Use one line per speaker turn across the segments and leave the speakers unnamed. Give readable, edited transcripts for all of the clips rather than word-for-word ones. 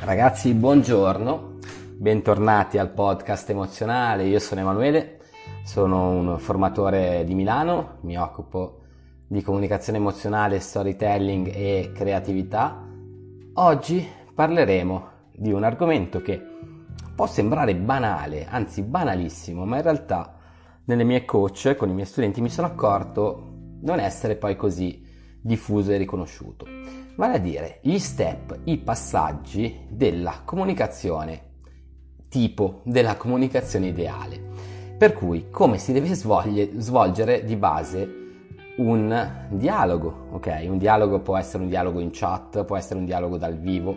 Ragazzi, buongiorno, bentornati al podcast emozionale. Io sono Emanuele, sono un formatore di Milano, mi occupo di comunicazione emozionale, storytelling e creatività. Oggi parleremo di un argomento che può sembrare banale, anzi banalissimo, ma in realtà nelle mie coach, con i miei studenti, mi sono accorto non essere poi così diffuso e riconosciuto. Vale a dire gli step, i passaggi della comunicazione tipo, della comunicazione ideale. Per cui come si deve svolgere di base un dialogo, ok? Un dialogo può essere un dialogo in chat, può essere un dialogo dal vivo.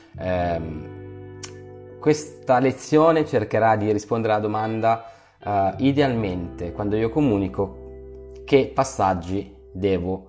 Questa lezione cercherà di rispondere alla domanda idealmente quando io comunico che passaggi devo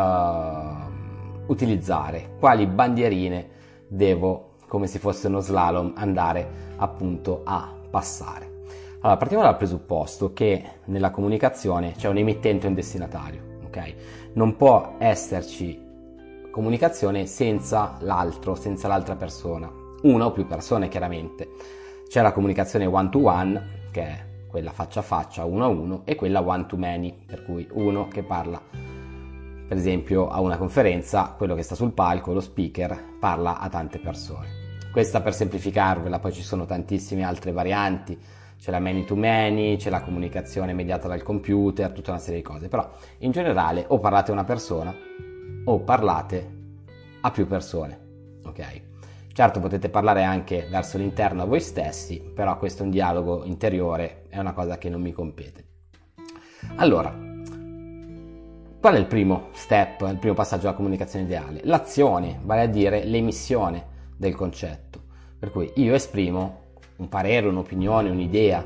utilizzare, quali bandierine devo, come se fosse uno slalom, andare appunto a passare. Allora, partiamo dal presupposto che nella comunicazione c'è un emittente e un destinatario, ok? Non può esserci comunicazione senza l'altro, senza l'altra persona, una o più persone chiaramente. C'è la comunicazione one to one, che è quella faccia a faccia, uno a uno, e quella one to many, per cui uno che parla, per esempio a una conferenza, quello che sta sul palco, lo speaker, parla a tante persone. Questa per semplificarvela, poi ci sono tantissime altre varianti, c'è la many to many, c'è la comunicazione mediata dal computer, tutta una serie di cose, però in generale o parlate a una persona o parlate a più persone, ok? Certo, potete parlare anche verso l'interno a voi stessi, però questo è un dialogo interiore, è una cosa che non mi compete. Allora, qual è il primo step, il primo passaggio della comunicazione ideale? L'azione, vale a dire l'emissione del concetto. Per cui io esprimo un parere, un'opinione, un'idea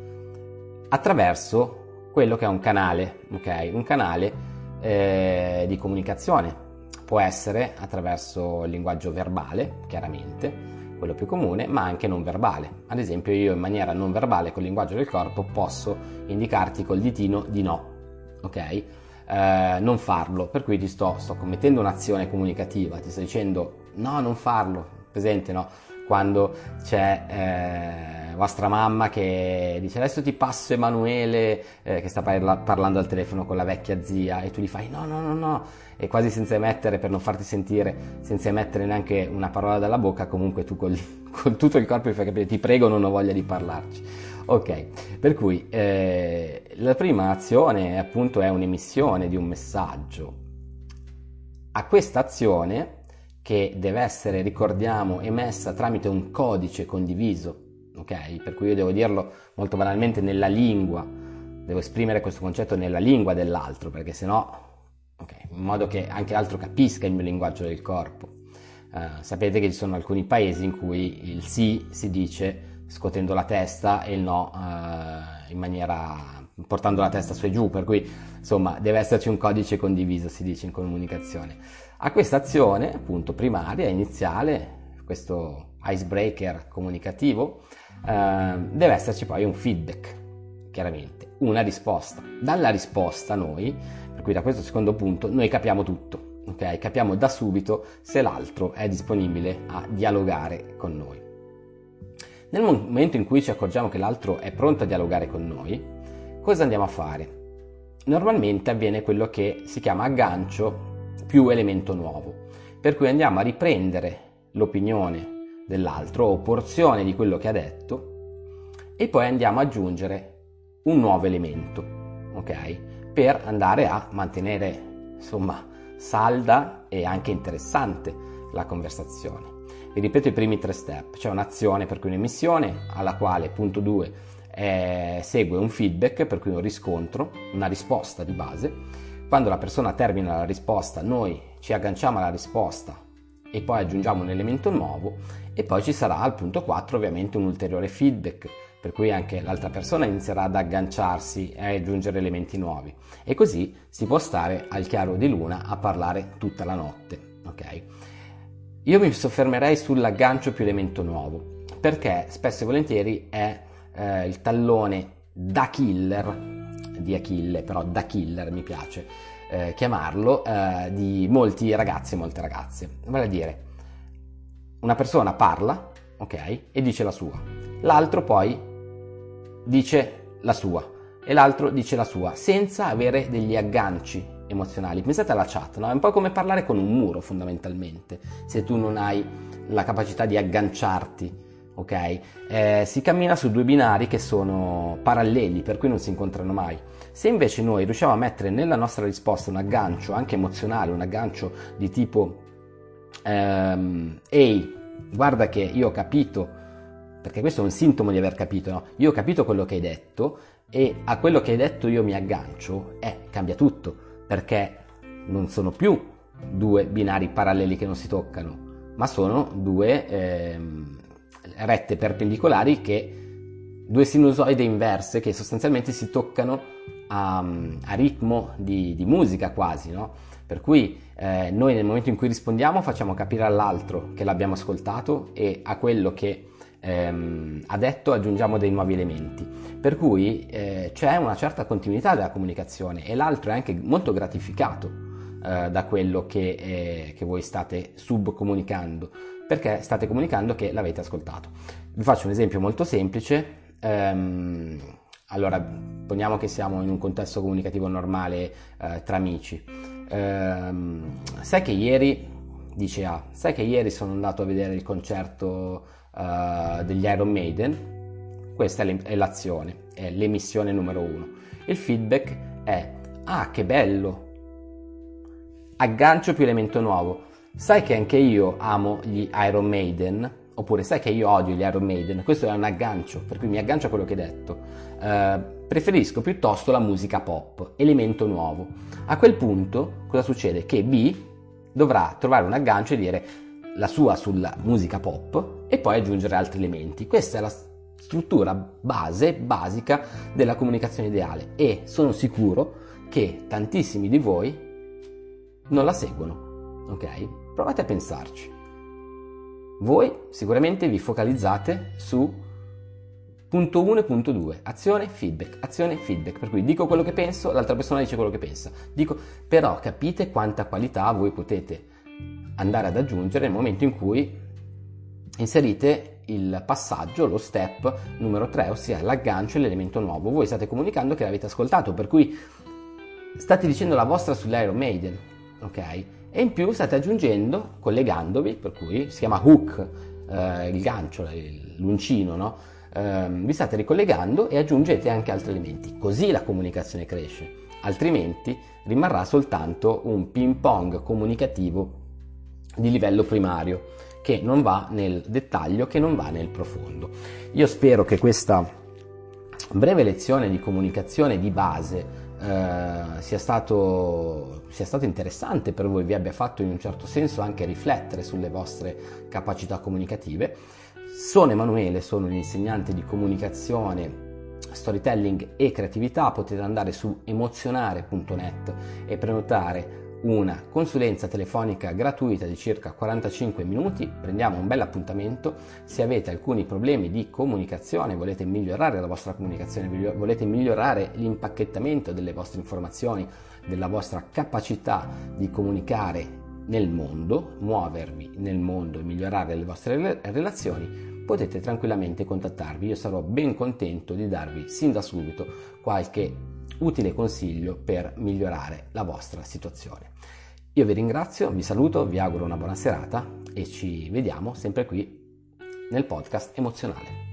attraverso quello che è un canale, ok? Un canale di comunicazione. Può essere attraverso il linguaggio verbale, chiaramente, quello più comune, ma anche non verbale. Ad esempio, io in maniera non verbale, col linguaggio del corpo, posso indicarti col ditino di no, ok? Non farlo, per cui ti sto commettendo un'azione comunicativa, ti sto dicendo no, non farlo, presente, no? Quando c'è vostra mamma che dice adesso ti passo Emanuele, che sta parlando al telefono con la vecchia zia, e tu gli fai no, e quasi senza emettere, per non farti sentire, senza emettere neanche una parola dalla bocca, comunque tu con tutto il corpo gli fai capire ti prego, non ho voglia di parlarci. Ok, per cui la prima azione appunto è un'emissione di un messaggio. A questa azione, che deve essere, ricordiamo, emessa tramite un codice condiviso, ok? Per cui io devo dirlo molto banalmente nella lingua, devo esprimere questo concetto nella lingua dell'altro, perché sennò, ok, in modo che anche l'altro capisca il mio linguaggio del corpo. Sapete che ci sono alcuni paesi in cui il sì si dice scotendo la testa e il no in maniera portando la testa su e giù, per cui insomma deve esserci un codice condiviso, si dice in comunicazione. A questa azione appunto primaria, iniziale, questo icebreaker comunicativo, deve esserci poi un feedback, chiaramente, una risposta. Dalla risposta noi, per cui da questo secondo punto, noi capiamo tutto. Ok, capiamo da subito se l'altro è disponibile a dialogare con noi. Nel momento in cui ci accorgiamo che l'altro è pronto a dialogare con noi, cosa andiamo a fare? Normalmente avviene quello che si chiama aggancio più elemento nuovo, per cui andiamo a riprendere l'opinione dell'altro o porzione di quello che ha detto e poi andiamo ad aggiungere un nuovo elemento, ok? Per andare a mantenere, insomma, salda e anche interessante la conversazione. Vi ripeto i primi 3 step: c'è un'azione, per cui un'emissione, alla quale, punto 2, segue un feedback, per cui un riscontro, una risposta di base. Quando la persona termina la risposta, noi ci agganciamo alla risposta e poi aggiungiamo un elemento nuovo, e poi ci sarà al punto 4 ovviamente un ulteriore feedback, per cui anche l'altra persona inizierà ad agganciarsi e aggiungere elementi nuovi, e così si può stare al chiaro di luna a parlare tutta la notte, ok? Io mi soffermerei sull'aggancio più elemento nuovo, perché spesso e volentieri è il tallone da killer di Achille, però da killer mi piace chiamarlo, di molti ragazzi e molte ragazze. Vale a dire, una persona parla, ok, e dice la sua, l'altro poi dice la sua e l'altro dice la sua, senza avere degli agganci emozionali. Pensate alla chat, no? È un po' come parlare con un muro fondamentalmente, se tu non hai la capacità di agganciarti, ok? Si cammina su due binari che sono paralleli, per cui non si incontrano mai. Se invece noi riusciamo a mettere nella nostra risposta un aggancio anche emozionale, un aggancio di tipo ehi, guarda che io ho capito, perché questo è un sintomo di aver capito, no? Io ho capito quello che hai detto e a quello che hai detto io mi aggancio, cambia tutto, perché non sono più due binari paralleli che non si toccano, ma sono due rette perpendicolari, due sinusoide inverse che sostanzialmente si toccano a ritmo di musica quasi, no? Per cui noi nel momento in cui rispondiamo facciamo capire all'altro che l'abbiamo ascoltato e a quello che ha detto aggiungiamo dei nuovi elementi, per cui c'è una certa continuità della comunicazione e l'altro è anche molto gratificato da quello che voi state subcomunicando, perché state comunicando che l'avete ascoltato. Vi faccio un esempio molto semplice. Allora, poniamo che siamo in un contesto comunicativo normale tra amici. Sai che ieri, dice A, sai che ieri sono andato a vedere il concerto degli Iron Maiden? Questa è l'azione, è l'emissione numero 1. Il feedback è: ah, che bello! Aggancio più elemento nuovo. Sai che anche io amo gli Iron Maiden? Oppure sai che io odio gli Iron Maiden? Questo è un aggancio, per cui mi aggancio a quello che hai detto. Preferisco piuttosto la musica pop, elemento nuovo. A quel punto cosa succede? Che B dovrà trovare un aggancio e dire la sua sulla musica pop e poi aggiungere altri elementi. Questa è la struttura basica della comunicazione ideale e sono sicuro che tantissimi di voi non la seguono, ok? Provate a pensarci. Voi sicuramente vi focalizzate su punto 1 e punto 2, azione, feedback, per cui dico quello che penso, l'altra persona dice quello che pensa. Però capite quanta qualità voi potete andare ad aggiungere nel momento in cui inserite il passaggio, lo step numero 3, ossia l'aggancio e l'elemento nuovo. Voi state comunicando che l'avete ascoltato, per cui state dicendo la vostra sull'Iron Maiden, ok? E in più state aggiungendo, collegandovi, per cui si chiama hook, il gancio, l'uncino, no? Vi state ricollegando e aggiungete anche altri elementi, così la comunicazione cresce, altrimenti rimarrà soltanto un ping pong comunicativo di livello primario che non va nel dettaglio, che non va nel profondo. Io spero che questa breve lezione di comunicazione di base sia stato interessante per voi, vi abbia fatto in un certo senso anche riflettere sulle vostre capacità comunicative. Sono Emanuele, sono un insegnante di comunicazione, storytelling e creatività. Potete andare su emozionare.net e prenotare una consulenza telefonica gratuita di circa 45 minuti, prendiamo un bel appuntamento. Se avete alcuni problemi di comunicazione, volete migliorare la vostra comunicazione, volete migliorare l'impacchettamento delle vostre informazioni, della vostra capacità di comunicare nel mondo, muovervi nel mondo e migliorare le vostre relazioni, potete tranquillamente contattarvi. Io sarò ben contento di darvi sin da subito qualche utile consiglio per migliorare la vostra situazione. Io vi ringrazio, vi saluto, vi auguro una buona serata e ci vediamo sempre qui nel podcast emozionale.